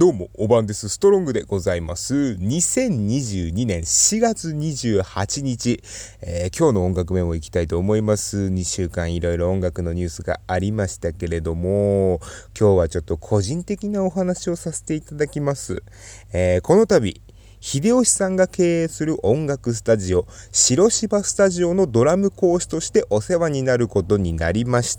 どうも、おばんです。ストロングでございます。2022年4月28日、今日の音楽メモいきたいと思います。2週間いろいろ音楽のニュースがありましたけれども、今日はちょっと個人的なお話をさせていただきます。この度、秀吉さんが経営する音楽スタジオ、白芝スタジオのドラム講師としてお世話になることになりました。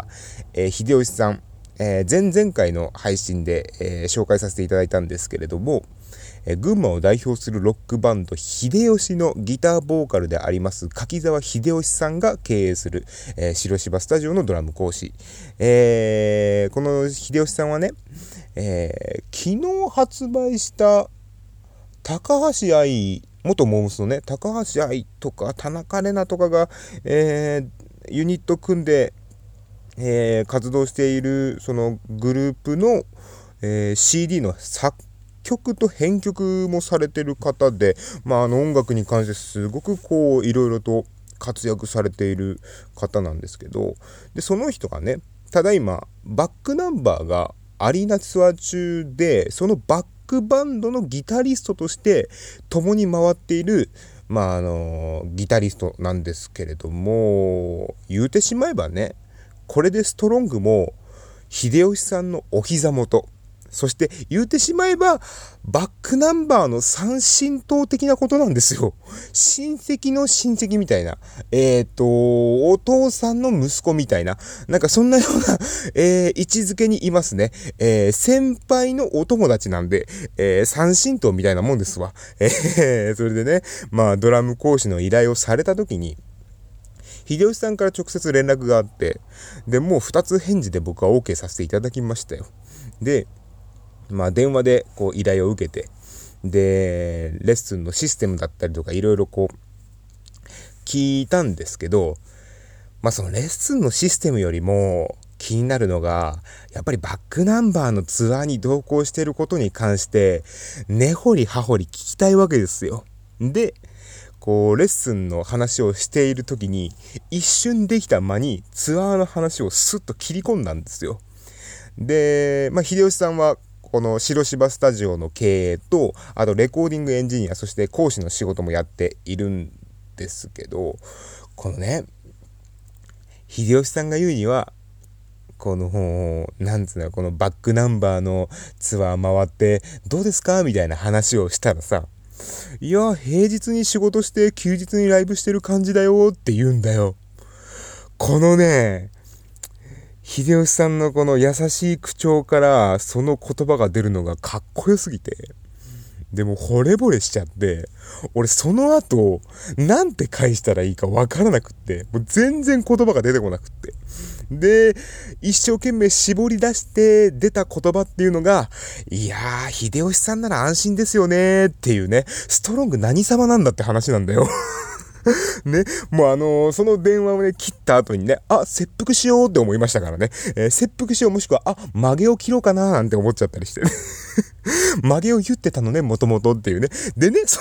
秀吉さん、前々回の配信で、紹介させていただいたんですけれども、群馬を代表するロックバンド秀吉のギターボーカルであります柿澤秀吉さんが経営する、白芝スタジオのドラム講師、この秀吉さんはね、昨日発売した高橋愛元モームスのね高橋愛とか田中玲奈とかが、ユニット組んで活動しているそのグループの、CD の作曲と編曲もされている方で、音楽に関してすごくいろいろと活躍されている方なんですけど、でその人がね、ただいまバックナンバーがアリーナツアー中で、そのバックバンドのギタリストとして共に回っているギタリストなんですけれども、言うてしまえばね、これでストロングも秀吉さんのお膝元、そして言うてしまえばバックナンバーの三親等的なことなんですよ。親戚の親戚みたいな、お父さんの息子みたいな、なんかそんなような、位置づけにいますね。先輩のお友達なんで、三親等みたいなもんですわ。それでね、ドラム講師の依頼をされた時に、秀吉さんから直接連絡があって、でもう2つ返事で僕は OK させていただきましたよ。で、電話で依頼を受けて、でレッスンのシステムだったりとかいろいろ聞いたんですけど、そのレッスンのシステムよりも気になるのが、やっぱりバックナンバーのツアーに同行していることに関して根掘り葉掘り聞きたいわけですよ。でレッスンの話をしている時に一瞬できた間にツアーの話をスッと切り込んだんですよ。で、秀吉さんはこの白芝スタジオの経営と、あとレコーディングエンジニア、そして講師の仕事もやっているんですけど、このね、秀吉さんが言うには、このバックナンバーのツアー回ってどうですかみたいな話をしたらさ、いや平日に仕事して休日にライブしてる感じだよって言うんだよ。このね、秀吉さんのこの優しい口調からその言葉が出るのがかっこよすぎて、でも惚れ惚れしちゃって、俺その後なんて返したらいいかわからなくって、もう全然言葉が出てこなくって、で一生懸命絞り出して出た言葉っていうのが、いやー秀吉さんなら安心ですよねっていうね、ストロング何様なんだって話なんだよね、もうその電話をね切った後にね、切腹しようって思いましたからね、切腹しよう、もしくは曲げを切ろうかななんて思っちゃったりしてね曲げを言ってたのね、もともとっていうね。でね、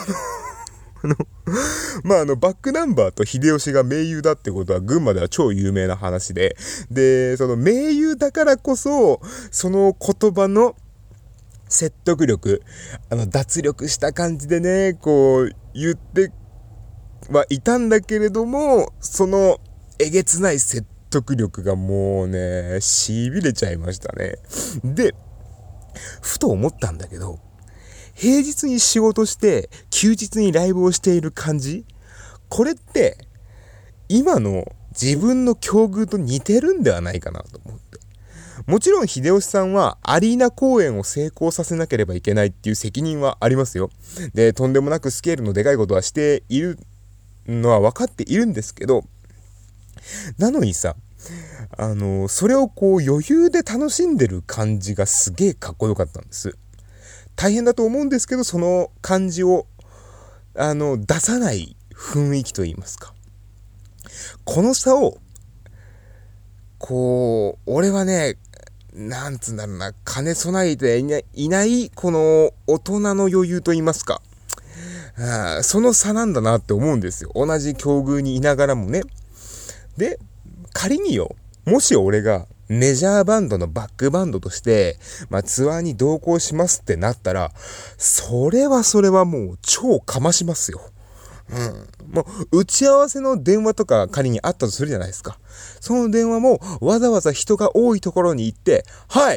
バックナンバーと秀吉が盟友だってことは群馬では超有名な話で、でその盟友だからこそその言葉の説得力、脱力した感じでね言ってはいたんだけれども、そのえげつない説得力がもうね痺れちゃいましたね。でふと思ったんだけど、平日に仕事して休日にライブをしている感じ、これって今の自分の境遇と似てるんではないかなと思って。もちろん秀吉さんはアリーナ公演を成功させなければいけないっていう責任はありますよ。でとんでもなくスケールのでかいことはしているのは分かっているんですけど、なのにさ、それを余裕で楽しんでる感じがすげえかっこよかったんです。大変だと思うんですけど、その感じを出さない雰囲気といいますか、この差を俺はね、なんつうんだろうな、兼ね備えていないこの大人の余裕といいますか、その差なんだなって思うんですよ。同じ境遇にいながらもね。で仮にもし俺がメジャーバンドのバックバンドとして、ツアーに同行しますってなったら、それはもう超かましますよ。もう打ち合わせの電話とか仮にあったとするじゃないですか。その電話もわざわざ人が多いところに行って、はい、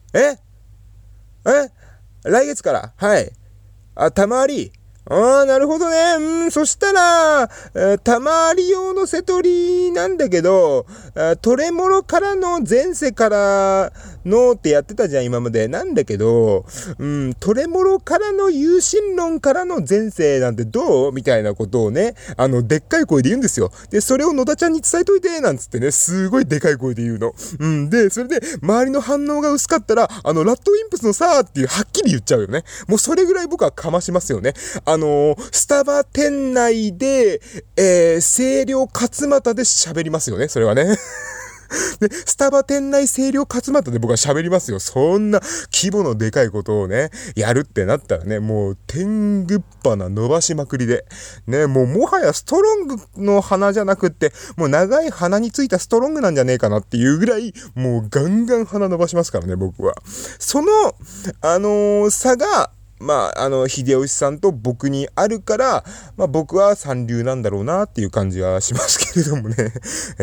来月から、はい、たまわり、なるほどね。そしたら、たまわり用の瀬取りなんだけど、トレモロからの前世からのってやってたじゃん、今まで。なんだけど、トレモロからの有心論からの前世なんてどうみたいなことをね、でっかい声で言うんですよ。で、それを野田ちゃんに伝えといて、なんつってね、すごいでかい声で言うの。で、それで、周りの反応が薄かったら、ラッドウィンプスのさーっていう、はっきり言っちゃうよね。もうそれぐらい僕はかましますよね。スタバ店内で、清涼勝俣で喋りますよね、それはね。で、スタバ店内清涼勝俣で僕は喋りますよ。そんな規模のでかいことをね、やるってなったらね、もう天狗っ鼻伸ばしまくりで。ね、もはやストロングの鼻じゃなくって、もう長い鼻についたストロングなんじゃねえかなっていうぐらい、もうガンガン鼻伸ばしますからね、僕は。その、差が、秀吉さんと僕にあるから、僕は三流なんだろうなっていう感じはしますけれどもね。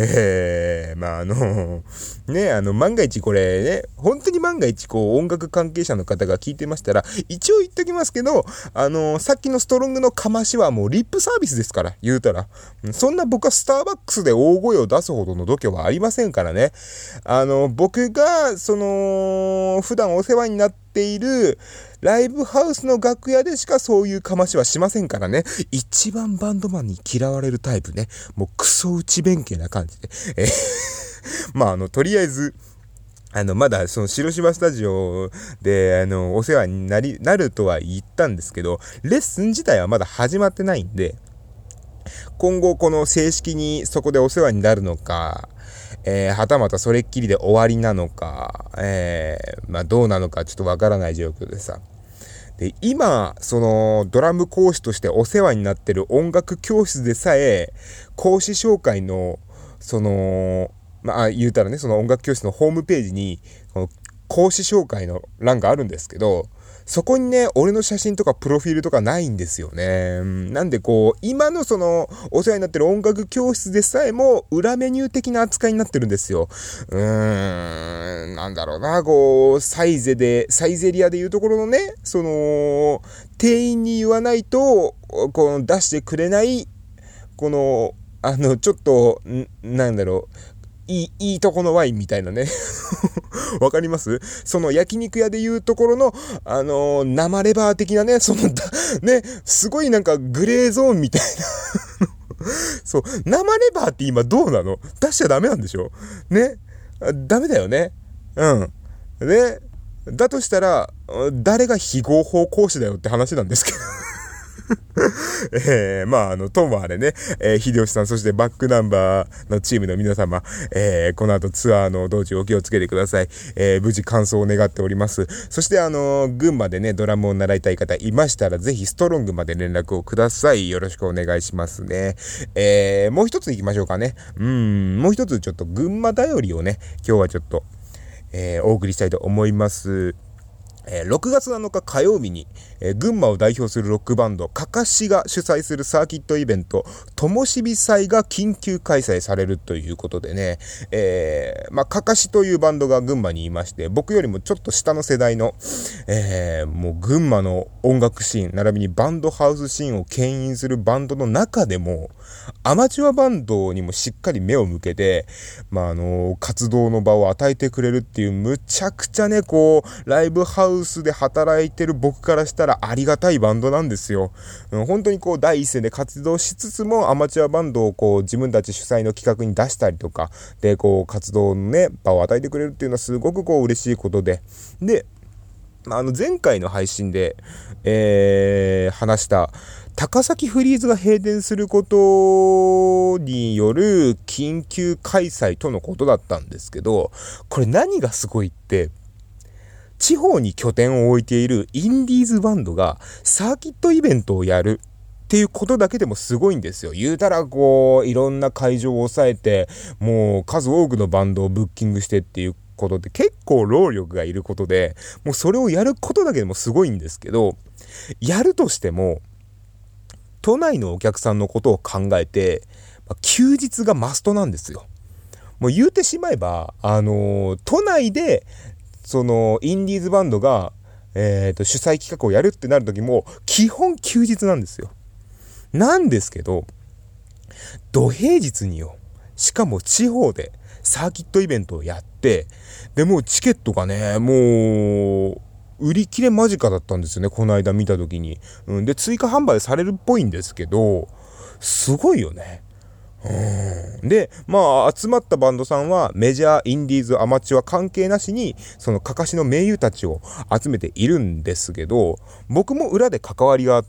万が一これね、本当に万が一音楽関係者の方が聞いてましたら、一応言っときますけど、さっきのストロングのかましはもうリップサービスですから、言うたら。そんな僕はスターバックスで大声を出すほどの度胸はありませんからね。僕が、普段お世話になっている、ライブハウスの楽屋でしかそういうかましはしませんからね。一番バンドマンに嫌われるタイプね。もうクソ内弁慶な感じで。とりあえず、まだその白芝スタジオで、お世話になるとは言ったんですけど、レッスン自体はまだ始まってないんで、今後この正式にそこでお世話になるのか、はたまたそれっきりで終わりなのか、どうなのかちょっとわからない状況でさ。で、今、ドラム講師としてお世話になってる音楽教室でさえ、講師紹介の、言うたらね、その音楽教室のホームページに、講師紹介の欄があるんですけど、そこにね、俺の写真とかプロフィールとかないんですよね。なんで今のお世話になってる音楽教室でさえも、裏メニュー的な扱いになってるんですよ。なんだろうな、サイゼリアでいうところのね、店員に言わないと、出してくれない、ちょっと、なんだろう、いいとこのワインみたいなね。わかります？その焼肉屋でいうところの、生レバー的なね、ね、すごいなんかグレーゾーンみたいな。そう、生レバーって今どうなの？出しちゃダメなんでしょ？ね。ダメだよね。で、だとしたら、誰が非合法講師だよって話なんですけど。ともあれね、秀吉さん、そしてバックナンバーのチームの皆様、この後ツアーの道中お気をつけてください。無事完走を願っております。そして群馬でね、ドラムを習いたい方いましたら、ぜひストロングまで連絡をください。よろしくお願いしますね。もう一つ行きましょうかね。もう一つちょっと群馬だよりをね、今日はちょっと、お送りしたいと思います。6月7日火曜日に、群馬を代表するロックバンドかかしが主催するサーキットイベントともしび祭が緊急開催されるということでね、かかしというバンドが群馬にいまして、僕よりもちょっと下の世代の、もう群馬の音楽シーン並びにバンドハウスシーンを牽引するバンドの中でもアマチュアバンドにもしっかり目を向けて、活動の場を与えてくれるっていうむちゃくちゃね、ライブハウスで働いてる僕からしたらありがたいバンドなんですよ。本当に第一線で活動しつつもアマチュアバンドを自分たち主催の企画に出したりとかで活動のね場を与えてくれるっていうのはすごく嬉しいことで、前回の配信で、話した高崎フリーズが閉店することによる緊急開催とのことだったんですけど、これ何がすごいって、地方に拠点を置いているインディーズバンドがサーキットイベントをやるっっていうことだけでもすごいんですよ。言うたらこう、いろんな会場を抑えて、もう数多くのバンドをブッキングしてっていうことって結構労力がいることで、もうそれをやることだけでもすごいんですけど、やるとしても、都内のお客さんのことを考えて、休日がマストなんですよ。もう言うてしまえば、都内で、その、インディーズバンドが、主催企画をやるってなるときも、基本休日なんですよ。なんですけど、土平日によ、しかも地方でサーキットイベントをやって、で、もうチケットがね、もう、売り切れ間近だったんですよね、この間見たときに。で、追加販売されるっぽいんですけど、すごいよね。で、まあ、集まったバンドさんはメジャー、インディーズ、アマチュア関係なしに、そのかかしの名優たちを集めているんですけど、僕も裏で関わりがあって、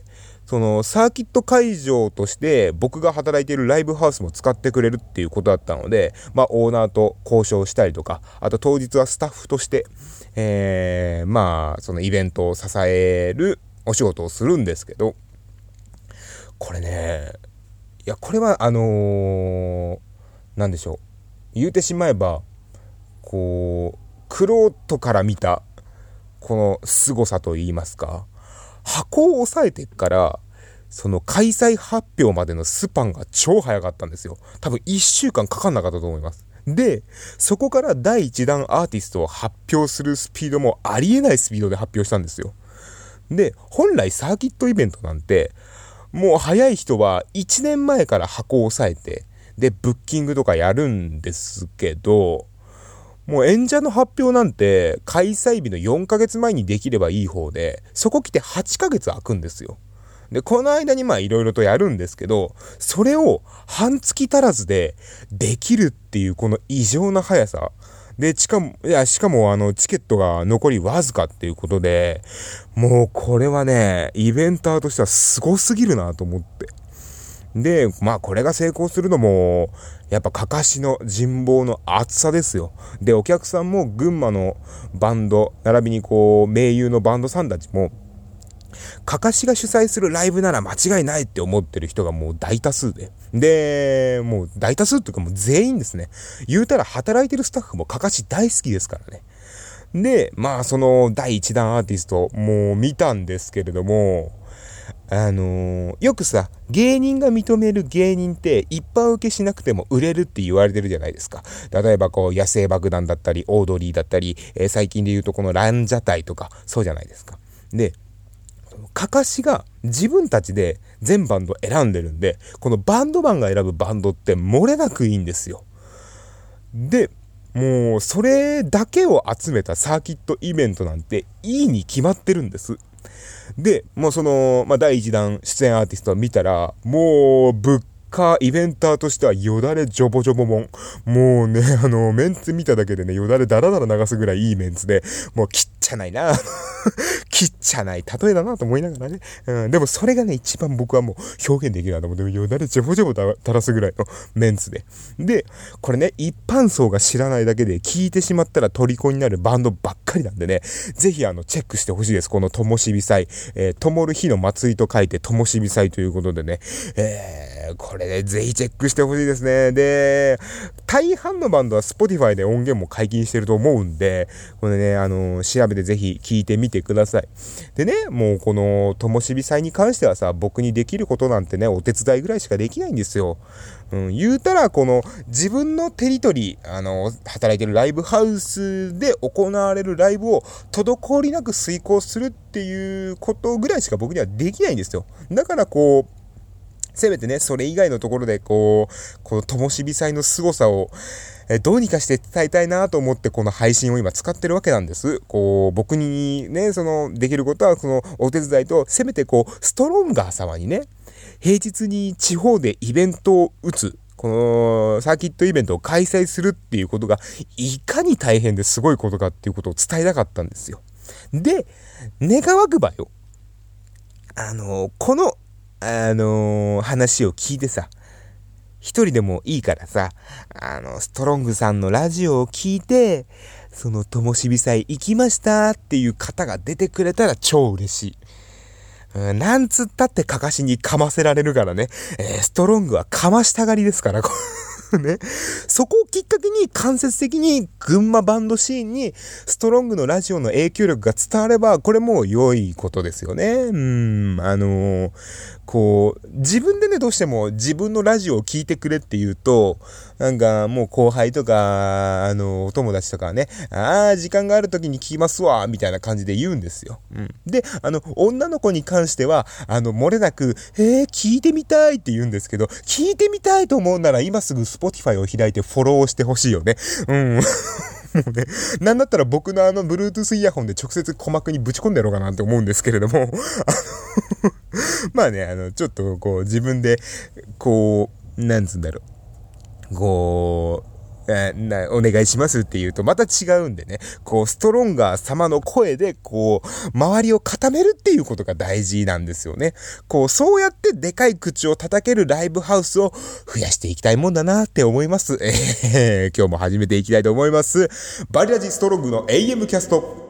そのサーキット会場として僕が働いているライブハウスも使ってくれるっていうことだったので、まあオーナーと交渉したりとか、あと当日はスタッフとして、まあそのイベントを支えるお仕事をするんですけど、これね、いやこれはなんでしょう、言うてしまえばこう玄人から見たこの凄さと言いますか、箱を押さえてからその開催発表までのスパンが超早かったんですよ。多分1週間かかんなかったと思います。で、そこから第1弾アーティストを発表するスピードもありえないスピードで発表したんですよ。で、本来サーキットイベントなんてもう早い人は1年前から箱を押さえて、でブッキングとかやるんですけど、もう演者の発表なんて開催日の4ヶ月前にできればいい方で、そこ来て8ヶ月空くんですよ。で、この間にまあいろいろとやるんですけど、それを半月足らずでできるっていうこの異常な速さ。で、しかもチケットが残りわずかっていうことで、もうこれはね、イベンターとしてはすごすぎるなと思って。で、まあこれが成功するのも、やっぱかかしの人望の厚さですよ。で、お客さんも群馬のバンド、並びにこう、名優のバンドさんたちも、かかしが主催するライブなら間違いないって思ってる人がもう大多数で。で、もう大多数っていうかもう全員ですね。言うたら働いてるスタッフもかかし大好きですからね。で、まあその第1弾アーティストもう見たんですけれども、よくさ、芸人が認める芸人って一般受けしなくても売れるって言われてるじゃないですか。例えばこう野生爆弾だったりオードリーだったり、最近で言うとこのランジャタイとかそうじゃないですか。で、かかしが自分たちで全バンド選んでるんで、このバンドマンが選ぶバンドって漏れなくいいんですよ。で、もうそれだけを集めたサーキットイベントなんていいに決まってるんです。で、もうその、まあ、第1弾出演アーティストを見たら、もうイベンターとしてはよだれジョボジョボもん。もうね、メンツ見ただけでね、よだれダラダラ流すぐらいいいメンツで、もうきっちゃないな。きっちゃない例えだなと思いながらね。でもそれがね、一番僕はもう表現できるなと思って、よだれジョボジョボ垂らすぐらいのメンツで。で、これね、一般層が知らないだけで聞いてしまったら虜になるバンドばっかりなんでね、ぜひチェックしてほしいです。このともしび祭。灯る日の祭りと書いてともしび祭ということでね、これね、ぜひチェックしてほしいですね。で、大半のバンドは Spotify で音源も解禁してると思うんで、これね、調べてぜひ聞いてみてください。でね、もうこのともしび祭に関してはさ、僕にできることなんてね、お手伝いぐらいしかできないんですよ。言うたら、この自分のテリトリー、働いてるライブハウスで行われるライブを滞りなく遂行するっていうことぐらいしか僕にはできないんですよ。だからこう、せめてね、それ以外のところでこのともしび祭の凄さを、どうにかして伝えたいなと思ってこの配信を今使ってるわけなんです。僕にね、できることはお手伝いと、せめてストロンガー様にね、平日に地方でイベントを打つ、このサーキットイベントを開催するっていうことが、いかに大変ですごいことかっていうことを伝えたかったんですよ。で、願わくばよ。この話を聞いてさ、一人でもいいからさ、ストロングさんのラジオを聞いて、ともしび祭行きましたっていう方が出てくれたら超嬉しい。 なんつったってかかしにかませられるからね。ストロングはかましたがりですから、ね。そこをきっかけに間接的に群馬バンドシーンにストロングのラジオの影響力が伝われば、これも良いことですよね。自分でね、どうしても自分のラジオを聞いてくれって言うと、なんかもう後輩とか、お友達とかね、時間がある時に聞きますわ、みたいな感じで言うんですよ。で、女の子に関しては、漏れなく、聞いてみたいって言うんですけど、聞いてみたいと思うなら今すぐSpotify を開いてフォローしてほしいよね。もうね、なんだったら僕のBluetooth イヤホンで直接鼓膜にぶち込んでやろうかなって思うんですけれども、まあね、ちょっと自分で、なんつうんだろう、お願いしますって言うとまた違うんでね、ストロンガー様の声で、周りを固めるっていうことが大事なんですよね。そうやってでかい口を叩けるライブハウスを増やしていきたいもんだなって思います。今日も始めていきたいと思います。バリラジストロングの AM キャスト。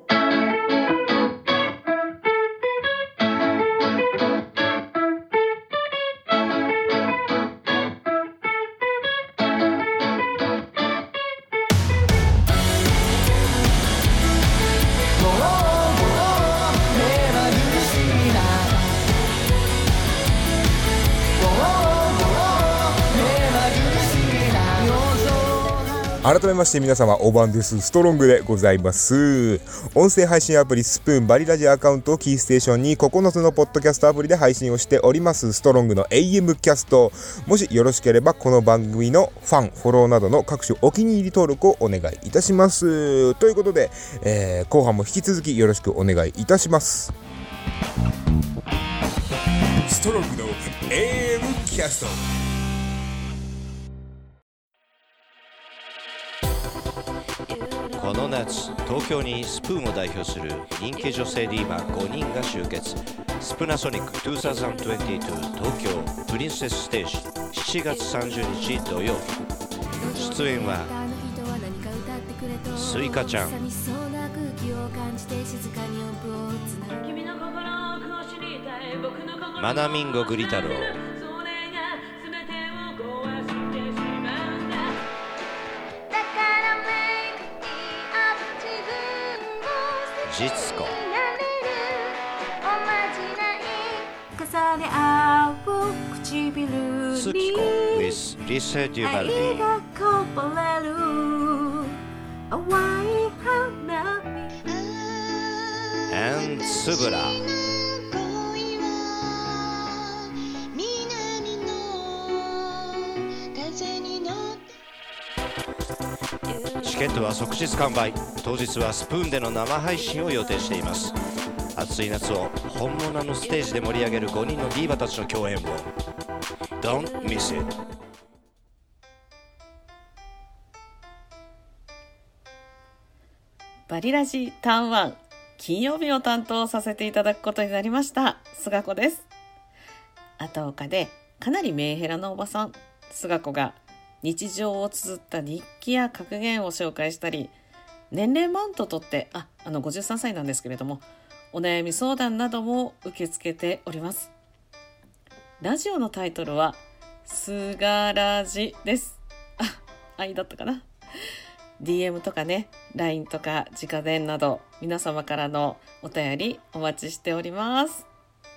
改めまして皆様、おばんです。ストロングでございます。音声配信アプリスプーンバリラジアカウントをキーステーションに9つのポッドキャストアプリで配信をしておりますストロングの AM キャスト。もしよろしければこの番組のファン、フォローなどの各種お気に入り登録をお願いいたします。ということで、後半も引き続きよろしくお願いいたします。ストロングの AM キャスト。 この夏、東京にスプーンを代表する人気女性ディーバー5人が集結。スプナソニック2022東京プリンセスステージ7月30日土曜日。出演はスイカちゃん、マナミンゴグリ太郎、ジツコ、スキコ with リセ・デュバルディ、and スブラ。チケットは即日完売。当日はスプーンでの生配信を予定しています。暑い夏を本物のステージで盛り上げる5人のディーバたちの共演を Don't miss it。 バリラジターン1金曜日を担当させていただくことになりました菅子です。後岡でかなりメンヘラのおばさん菅子が日常を綴った日記や格言を紹介したり、年齢マウントを取って53歳なんですけれども、お悩み相談なども受け付けております。ラジオのタイトルはすがらじです。愛だったかな。 DM とかね、 LINE とか直電など皆様からのお便りお待ちしております。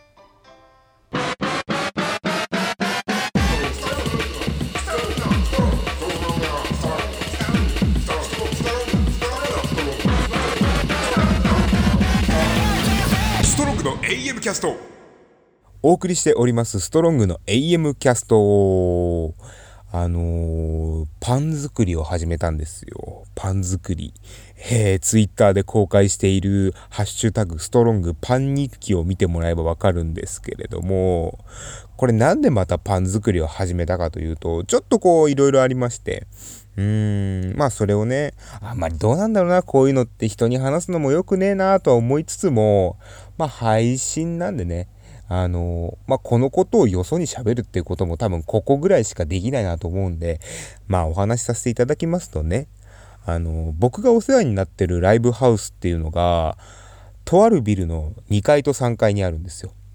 AM キャスト。お送りしておりますストロングの AM キャスト。パン作りを始めたんですよ。パン作り。ツイッターで公開しているハッシュタグストロングパン日記を見てもらえばわかるんですけれども、これなんでまたパン作りを始めたかというと、ちょっといろいろありまして、それをね、あんまりどうなんだろうな、こういうのって人に話すのもよくねえなとは思いつつも、配信なんでね、このことをよそに喋るっていうことも多分ここぐらいしかできないなと思うんで、お話しさせていただきますとね、僕がお世話になってるライブハウスっていうのが、とあるビルの2階と3階にあるんですよ。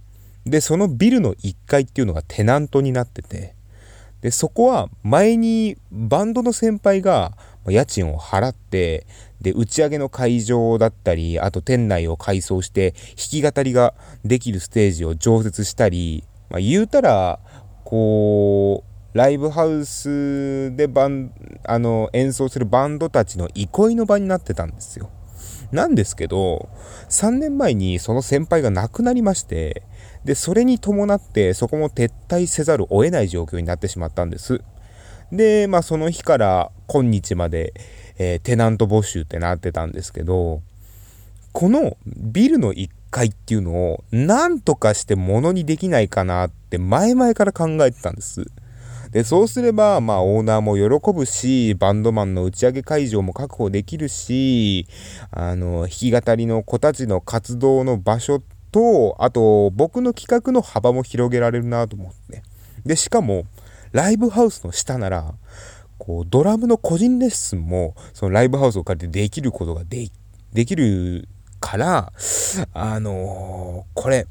で、そのビルの1階っていうのがテナントになってて、で、そこは前にバンドの先輩が家賃を払って、で、打ち上げの会場だったり、あと店内を改装して弾き語りができるステージを常設したり、言うたら、ライブハウスで演奏するバンドたちの憩いの場になってたんですよ。なんですけど、3年前にその先輩が亡くなりまして、で、それに伴ってそこも撤退せざるを得ない状況になってしまったんです。で、その日から今日まで、テナント募集ってなってたんですけど、このビルの1階っていうのを何とかして物にできないかなって前々から考えてたんです。で、そうすれば、オーナーも喜ぶし、バンドマンの打ち上げ会場も確保できるし、弾き語りの子たちの活動の場所と、あと、僕の企画の幅も広げられるなと思って。で、しかも、ライブハウスの下なら、ドラムの個人レッスンも、そのライブハウスを借りてできることができるから、これ、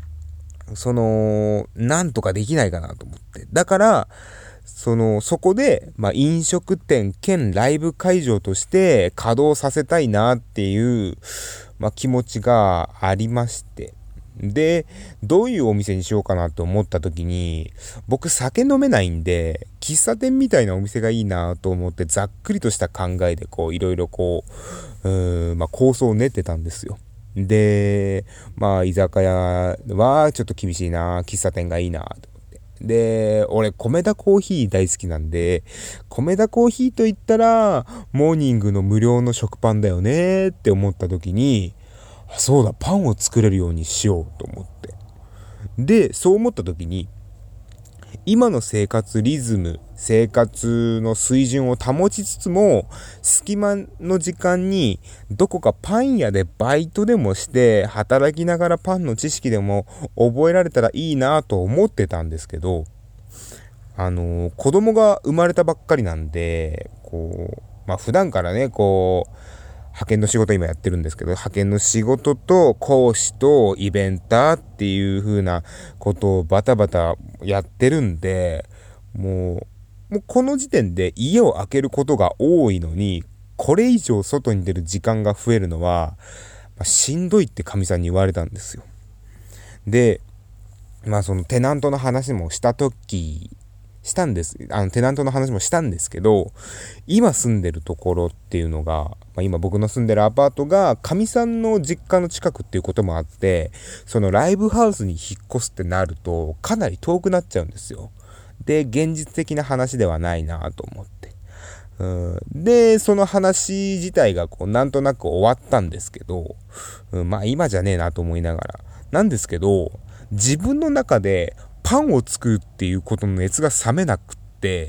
なんとかできないかなと思って。だから、そこで、飲食店兼ライブ会場として稼働させたいなっていう、気持ちがありまして。で、どういうお店にしようかなと思った時に、僕酒飲めないんで、喫茶店みたいなお店がいいなと思って、ざっくりとした考えでいろいろ構想を練ってたんですよ。で、居酒屋はちょっと厳しいな、喫茶店がいいなと思って。で、俺、米田コーヒー大好きなんで、米田コーヒーと言ったら、モーニングの無料の食パンだよねって思った時に、そうだ、パンを作れるようにしようと思って。で、そう思った時に、今の生活リズム、生活の水準を保ちつつも、隙間の時間にどこかパン屋でバイトでもして働きながらパンの知識でも覚えられたらいいなと思ってたんですけど、子供が生まれたばっかりなんで、普段からね、派遣の仕事今やってるんですけど、派遣の仕事と講師とイベンターっていう風なことをバタバタやってるんで、もうこの時点で家を空けることが多いのに、これ以上外に出る時間が増えるのは、しんどいって神さんに言われたんですよ。で、そのテナントの話もしたんです。テナントの話もしたんですけど、今住んでるところっていうのが、今僕の住んでるアパートがかみさんの実家の近くっていうこともあって、そのライブハウスに引っ越すってなるとかなり遠くなっちゃうんですよ。で、現実的な話ではないなと思って。で、その話自体がなんとなく終わったんですけど、今じゃねえなと思いながら。なんですけど、自分の中でパンを作るっていうことの熱が冷めなくって、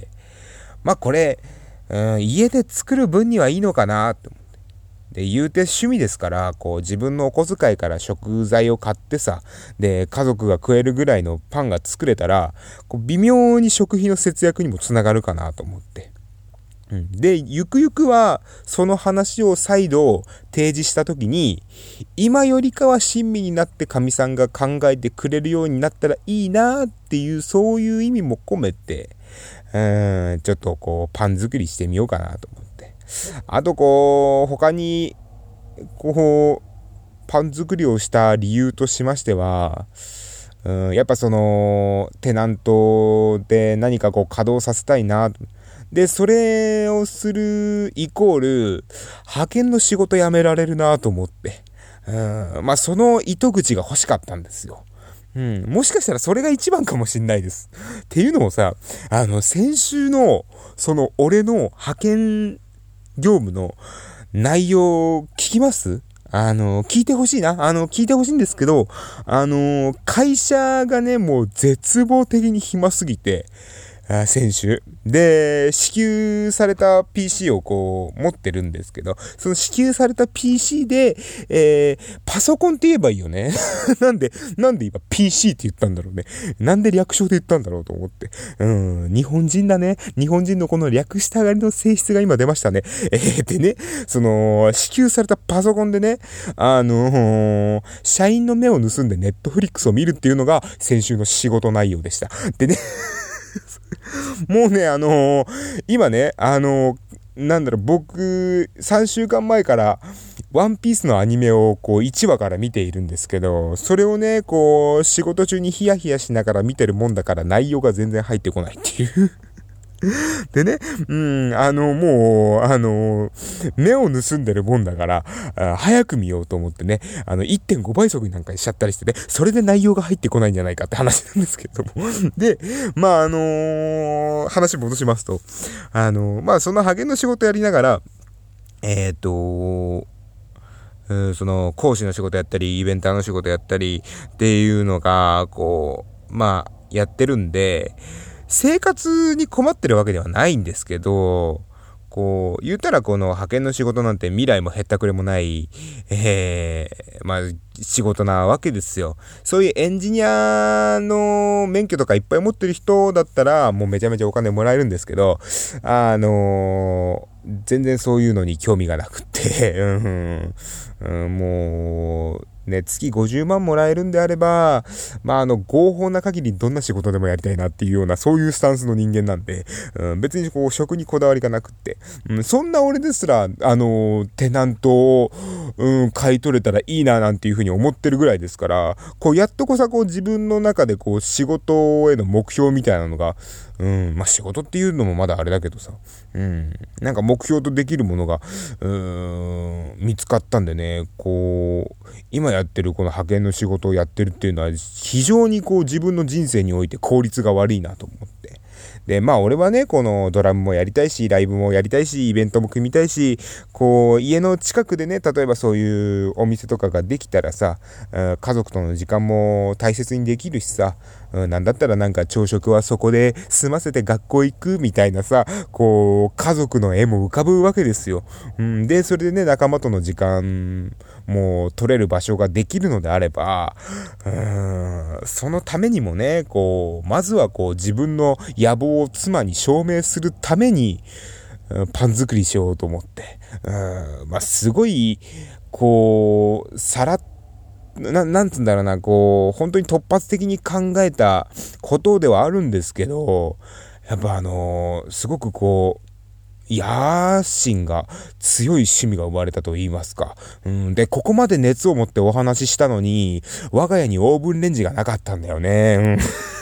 これ、家で作る分にはいいのかなって思って。で、言うて趣味ですから、自分のお小遣いから食材を買ってさ、で、家族が食えるぐらいのパンが作れたら、微妙に食費の節約にもつながるかなと思って。で、ゆくゆくは、その話を再度提示したときに、今よりかは親身になって神さんが考えてくれるようになったらいいなっていう、そういう意味も込めて、ちょっとパン作りしてみようかなと思って。あと他に、パン作りをした理由としましては、やっぱテナントで何か稼働させたいな。で、それをするイコール、派遣の仕事辞められるなと思って。その糸口が欲しかったんですよ。もしかしたらそれが一番かもしんないです。っていうのもさ、先週の、俺の派遣業務の内容聞きます？聞いてほしいな。聞いてほしいんですけど、会社がね、もう絶望的に暇すぎて、 先週。で、支給された PC をこう持ってるんですけど、その支給された PC で、パソコンって言えばいいよね。なんで今 PC って言ったんだろうね。なんで略称で言ったんだろうと思って。日本人だね。日本人のこの略したがりの性質が今出ましたね。でね、その、支給されたパソコンでね、社員の目を盗んでネットフリックスを見るっていうのが先週の仕事内容でした。でね、もうね、今ね、僕、3週間前から、ワンピースのアニメをこう1話から見ているんですけど、それをね、こう、仕事中にヒヤヒヤしながら見てるもんだから内容が全然入ってこないっていう。でね、もう、目を盗んでるもんだから、早く見ようと思ってね、1.5 倍速になんかしちゃったりしてね、それで内容が入ってこないんじゃないかって話なんですけども。で、話戻しますと、その派遣の仕事やりながら、その講師の仕事やったり、イベンターの仕事やったりっていうのが、こう、やってるんで、生活に困ってるわけではないんですけど、こう、言ったらこの派遣の仕事なんて未来もへったくれもない、仕事なわけですよ。そういうエンジニアの免許とかいっぱい持ってる人だったら、もうめちゃめちゃお金もらえるんですけど、全然そういうのに興味がなくって、もう、ね、月50万もらえるんであれば、合法な限りどんな仕事でもやりたいなっていうような、そういうスタンスの人間なんで、別にこう、職にこだわりがなくって、そんな俺ですら、テナントを、買い取れたらいいななんていうふうに思ってるぐらいですから、こう、やっとこさ、こう、自分の中でこう、仕事への目標みたいなのが、仕事っていうのもまだあれだけどさ、なんか目標とできるものが、見つかったんでね、こう、今やってるこの派遣の仕事をやってるっていうのは非常にこう自分の人生において効率が悪いなと思って。で、俺はね、このドラムもやりたいし、ライブもやりたいし、イベントも組みたいし、こう、家の近くでね、例えばそういうお店とかができたらさ、家族との時間も大切にできるしさ、なんだったらなんか朝食はそこで済ませて学校行くみたいなさ、こう、家族の絵も浮かぶわけですよ。で、それでね、仲間との時間も取れる場所ができるのであれば、そのためにもね、こう、まずはこう、自分の野望を妻に証明するために、パン作りしようと思って。すごい、こう、なんつうんだろうな、こう、本当に突発的に考えたことではあるんですけど、やっぱすごくこう、野心が強い趣味が生まれたと言いますか。で、ここまで熱を持ってお話ししたのに、我が家にオーブンレンジがなかったんだよね。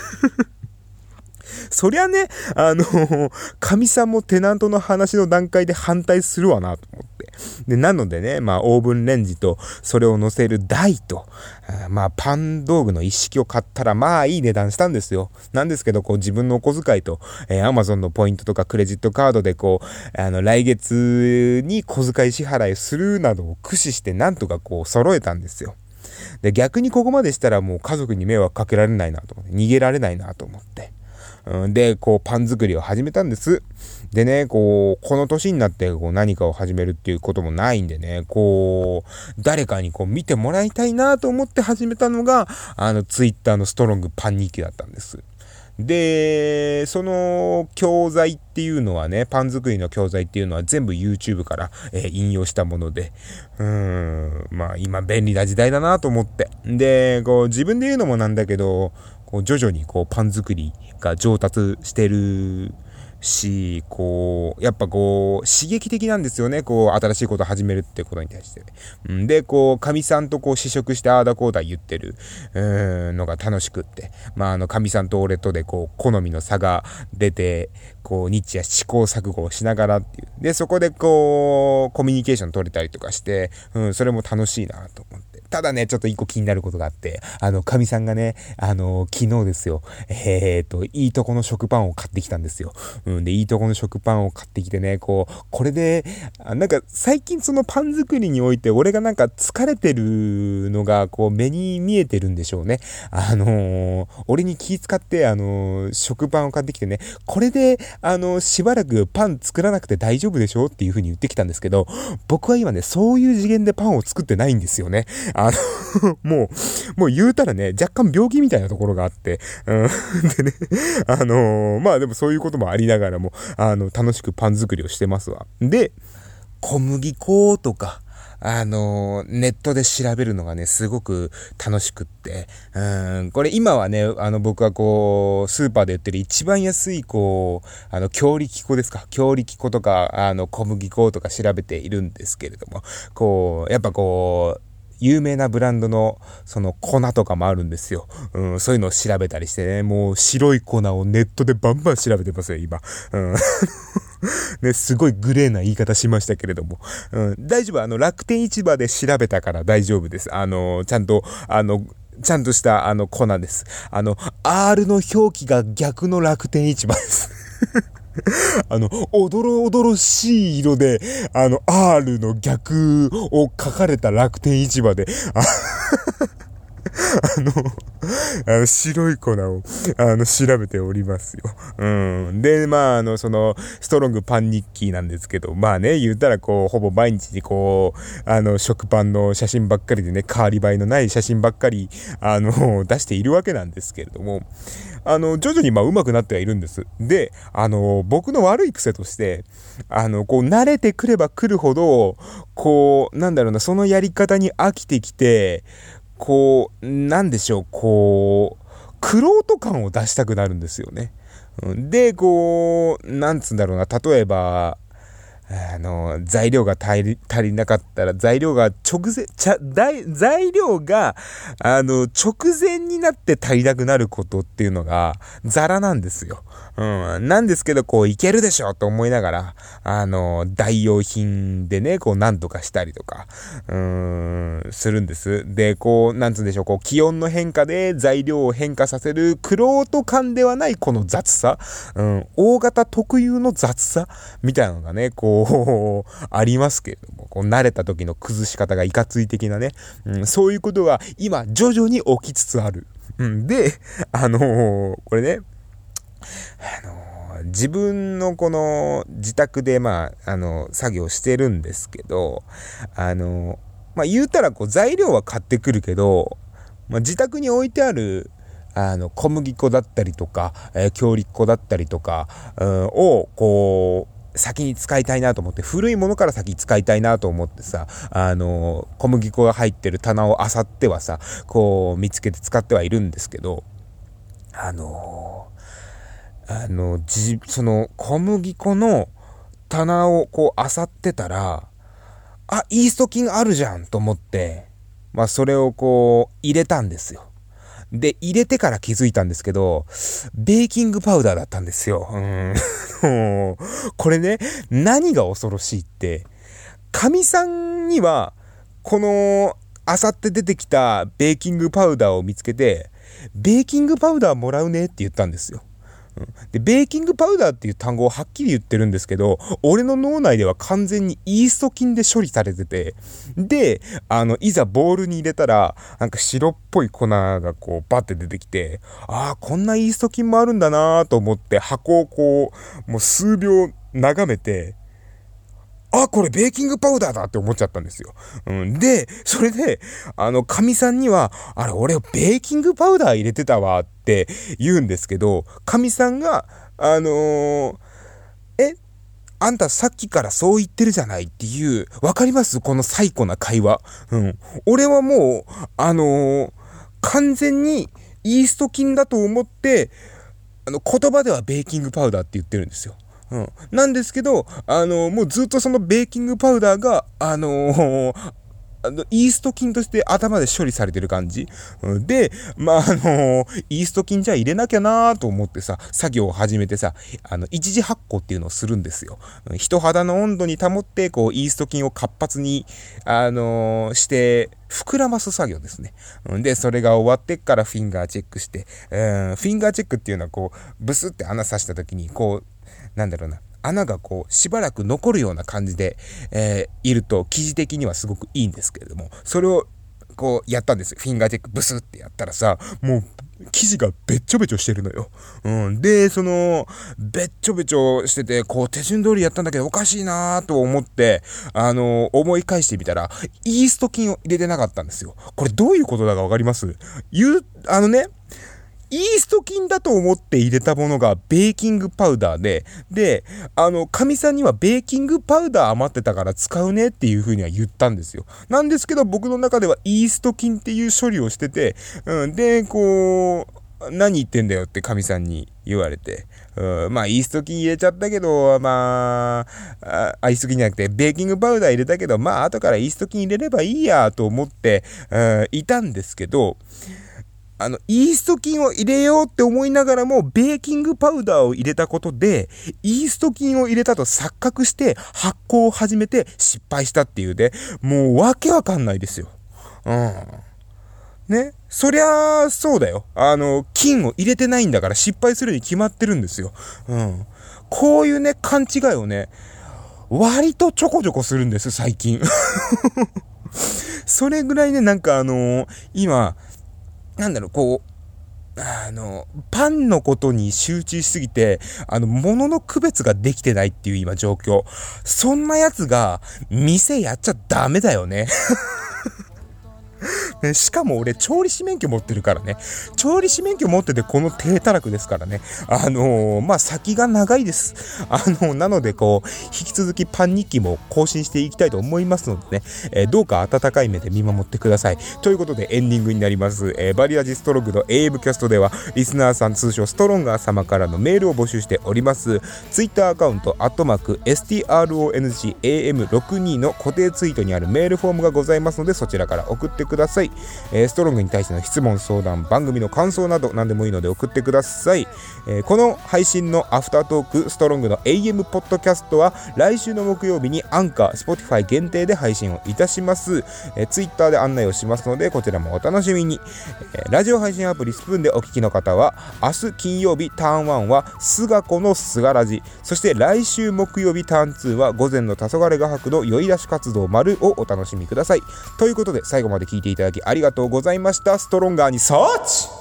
そりゃね、神さんもテナントの話の段階で反対するわなと思って。で、なのでね、オーブンレンジと、それを乗せる台と、パン道具の一式を買ったら、いい値段したんですよ。なんですけど、こう自分のお小遣いと、Amazon のポイントとかクレジットカードでこう、来月に小遣い支払いするなどを駆使してなんとかこう揃えたんですよ。で、逆にここまでしたらもう家族に迷惑かけられないなと思って、逃げられないなと思って。で、こう、パン作りを始めたんです。でね、この年になって、こう、何かを始めるっていうこともないんでね、こう、誰かにこう、見てもらいたいなと思って始めたのが、ツイッターのストロングパン日記だったんです。で、その教材っていうのはね、パン作りの教材っていうのは全部 YouTube から、引用したもので、今便利な時代だなと思って。で、こう、自分で言うのもなんだけど、こう徐々にこうパン作りが上達してるし、こうやっぱこう刺激的なんですよね。こう新しいことを始めるってことに対して。で、こう神さんとこう試食してあーだこーだ言ってるのが楽しくって、神さんと俺とでこう好みの差が出て、こう日夜試行錯誤をしながらっていう。で、そこでこうコミュニケーション取れたりとかして、それも楽しいなと思って。 ただね、ちょっと一個気になることがあって、かみさんがね、昨日ですよ、いいとこの食パンを買ってきたんですよ。で、いいとこの食パンを買ってきてね、これで、なんか最近そのパン作りにおいて、俺がなんか疲れてるのが、目に見えてるんでしょうね。俺に気遣って、食パンを買ってきてね、これで、しばらくパン作らなくて大丈夫でしょっていう風に言ってきたんですけど、僕は今ね、そういう次元でパンを作ってないんですよね。もう言うたらね、若干病気みたいなところがあって、でね、まあでもそういうこともありながらも、楽しくパン作りをしてますわ。で、小麦粉とか、ネットで調べるのがね、すごく楽しくって、これ今はね、僕はスーパーで売ってる一番安い強力粉ですか。強力粉とか、小麦粉とか調べているんですけれども、やっぱ有名なブランドのその粉とかもあるんですよ。そういうのを調べたりしてね、もう白い粉をネットでバンバン調べてますよ、今。ね、すごいグレーな言い方しましたけれども。大丈夫。楽天市場で調べたから大丈夫です。ちゃんとした粉です。R の表記が逆の楽天市場です。おどろおどろしい色で、R の逆を書かれた楽天市場で、白い粉を、調べておりますよ。で、まあ、その、ストロングパン日記なんですけど、まあね、言ったらほぼ毎日に食パンの写真ばっかりでね、変わり映えのない写真ばっかり、出しているわけなんですけれども、徐々に上手くなってはいるんです。で、僕の悪い癖として、慣れてくれば来るほど、そのやり方に飽きてきて、なんでしょう、玄人感を出したくなるんですよね。で、なんつうんだろうな、例えば、材料が足りなかったら、材料が直前になって足りなくなることっていうのが、ザラなんですよ。なんですけど、いけるでしょと思いながら、代用品でね、なんとかしたりとか、するんです。で、なんつうんでしょう、気温の変化で材料を変化させる、玄人感ではないこの雑さ、大型特有の雑さ、みたいなのがね、ありますけれども、慣れた時の崩し方がいかつい的なね、そういうことが今、徐々に起きつつある。で、これね、自分の自宅で作業してるんですけど、言うたら材料は買ってくるけど、自宅に置いてある小麦粉だったりとか、強力粉だったりとか、を先に使いたいなと思って、古いものから先に使いたいなと思ってさ、小麦粉が入ってる棚を漁ってはさ、見つけて使ってはいるんですけど、その小麦粉の棚を漁ってたら、イースト菌あるじゃんと思って、それを入れたんですよ。で、入れてから気づいたんですけど、ベーキングパウダーだったんですよ。これね、何が恐ろしいって、かみさんには、あさって出てきたベーキングパウダーを見つけて、ベーキングパウダーもらうねって言ったんですよ。で、ベーキングパウダーっていう単語をはっきり言ってるんですけど、俺の脳内では完全にイースト菌で処理されてて、で、いざボウルに入れたら、なんか白っぽい粉がバッて出てきて、こんなイースト菌もあるんだなと思って箱をもう数秒眺めて、これベーキングパウダーだって思っちゃったんですよ。で、それで、かみさんには、俺ベーキングパウダー入れてたわって言うんですけど、かみさんが、あんたさっきからそう言ってるじゃないっていう、わかりますこの最古な会話。俺はもう、完全にイースト菌だと思って、言葉ではベーキングパウダーって言ってるんですよ。なんですけど、もうずっとそのベーキングパウダーが、イースト菌として頭で処理されてる感じ。で、イースト菌じゃ入れなきゃなーと思ってさ、作業を始めてさ、一次発酵っていうのをするんですよ。人肌の温度に保って、イースト菌を活発に、して、 膨らます作業ですね。で、それが終わってからフィンガーチェックして、フィンガーチェックっていうのはこう、ブスって穴刺した時に、こう、なんだろうな、穴がこう、しばらく残るような感じで、いると、生地的にはすごくいいんですけれども、それを、こう、やったんですよ。フィンガーチェックブスってやったらさ、もう、生地がべっちょべちょしてるのよ。で、べっちょべちょしてて、こう、手順通りやったんだけど、おかしいなーと思って、思い返してみたら、イースト菌を入れてなかったんですよ。これどういうことだかわかります？イースト菌だと思って入れたものがベーキングパウダーで、かみさんにはベーキングパウダー余ってたから使うねっていう風には言ったんですよ。なんですけど僕の中ではイースト菌っていう処理をしてて、で、こう、何言ってんだよってかみさんに言われて、まあイースト菌入れちゃったけど、イースト菌じゃなくてベーキングパウダー入れたけど、まあ後からイースト菌入れればいいやと思って、いたんですけど、イースト菌を入れようって思いながらも、ベーキングパウダーを入れたことで、イースト菌を入れたと錯覚して発酵を始めて失敗したっていうね、もうわけわかんないですよ。ね。そりゃあ、そうだよ。菌を入れてないんだから失敗するに決まってるんですよ。こういうね、勘違いをね、割とちょこちょこするんです、最近。それぐらいね、なんか今、なんだろう、こう、パンのことに集中しすぎて、物の区別ができてないっていう今状況。そんなやつが、店やっちゃダメだよね。ね、しかも俺調理師免許持ってるからね。調理師免許持っててこの低たらくですからね。先が長いです。なのでこう引き続きパン日記も更新していきたいと思いますのでね、どうか温かい目で見守ってください。ということでエンディングになります。バリラジストロングの AM キャストではリスナーさん通称ストロンガー様からのメールを募集しております。ツイッターアカウント@STRONGAM62 の固定ツイートにあるメールフォームがございますので、そちらから送ってください。ストロングに対しての質問相談、番組の感想など何でもいいので送ってください。この配信のアフタートークストロングの AM ポッドキャストは来週の木曜日にアンカー Spotify 限定で配信をいたします。ツイッターで案内をしますのでこちらもお楽しみに。ラジオ配信アプリスプーンでお聞きの方は明日金曜日ターン1はすがこのすがらじ、そして来週木曜日ターン2は午前の黄昏画伯の酔い出し活動丸をお楽しみください。ということで最後まで聞いていただきありがとうございました。ストロンガーにサーチ。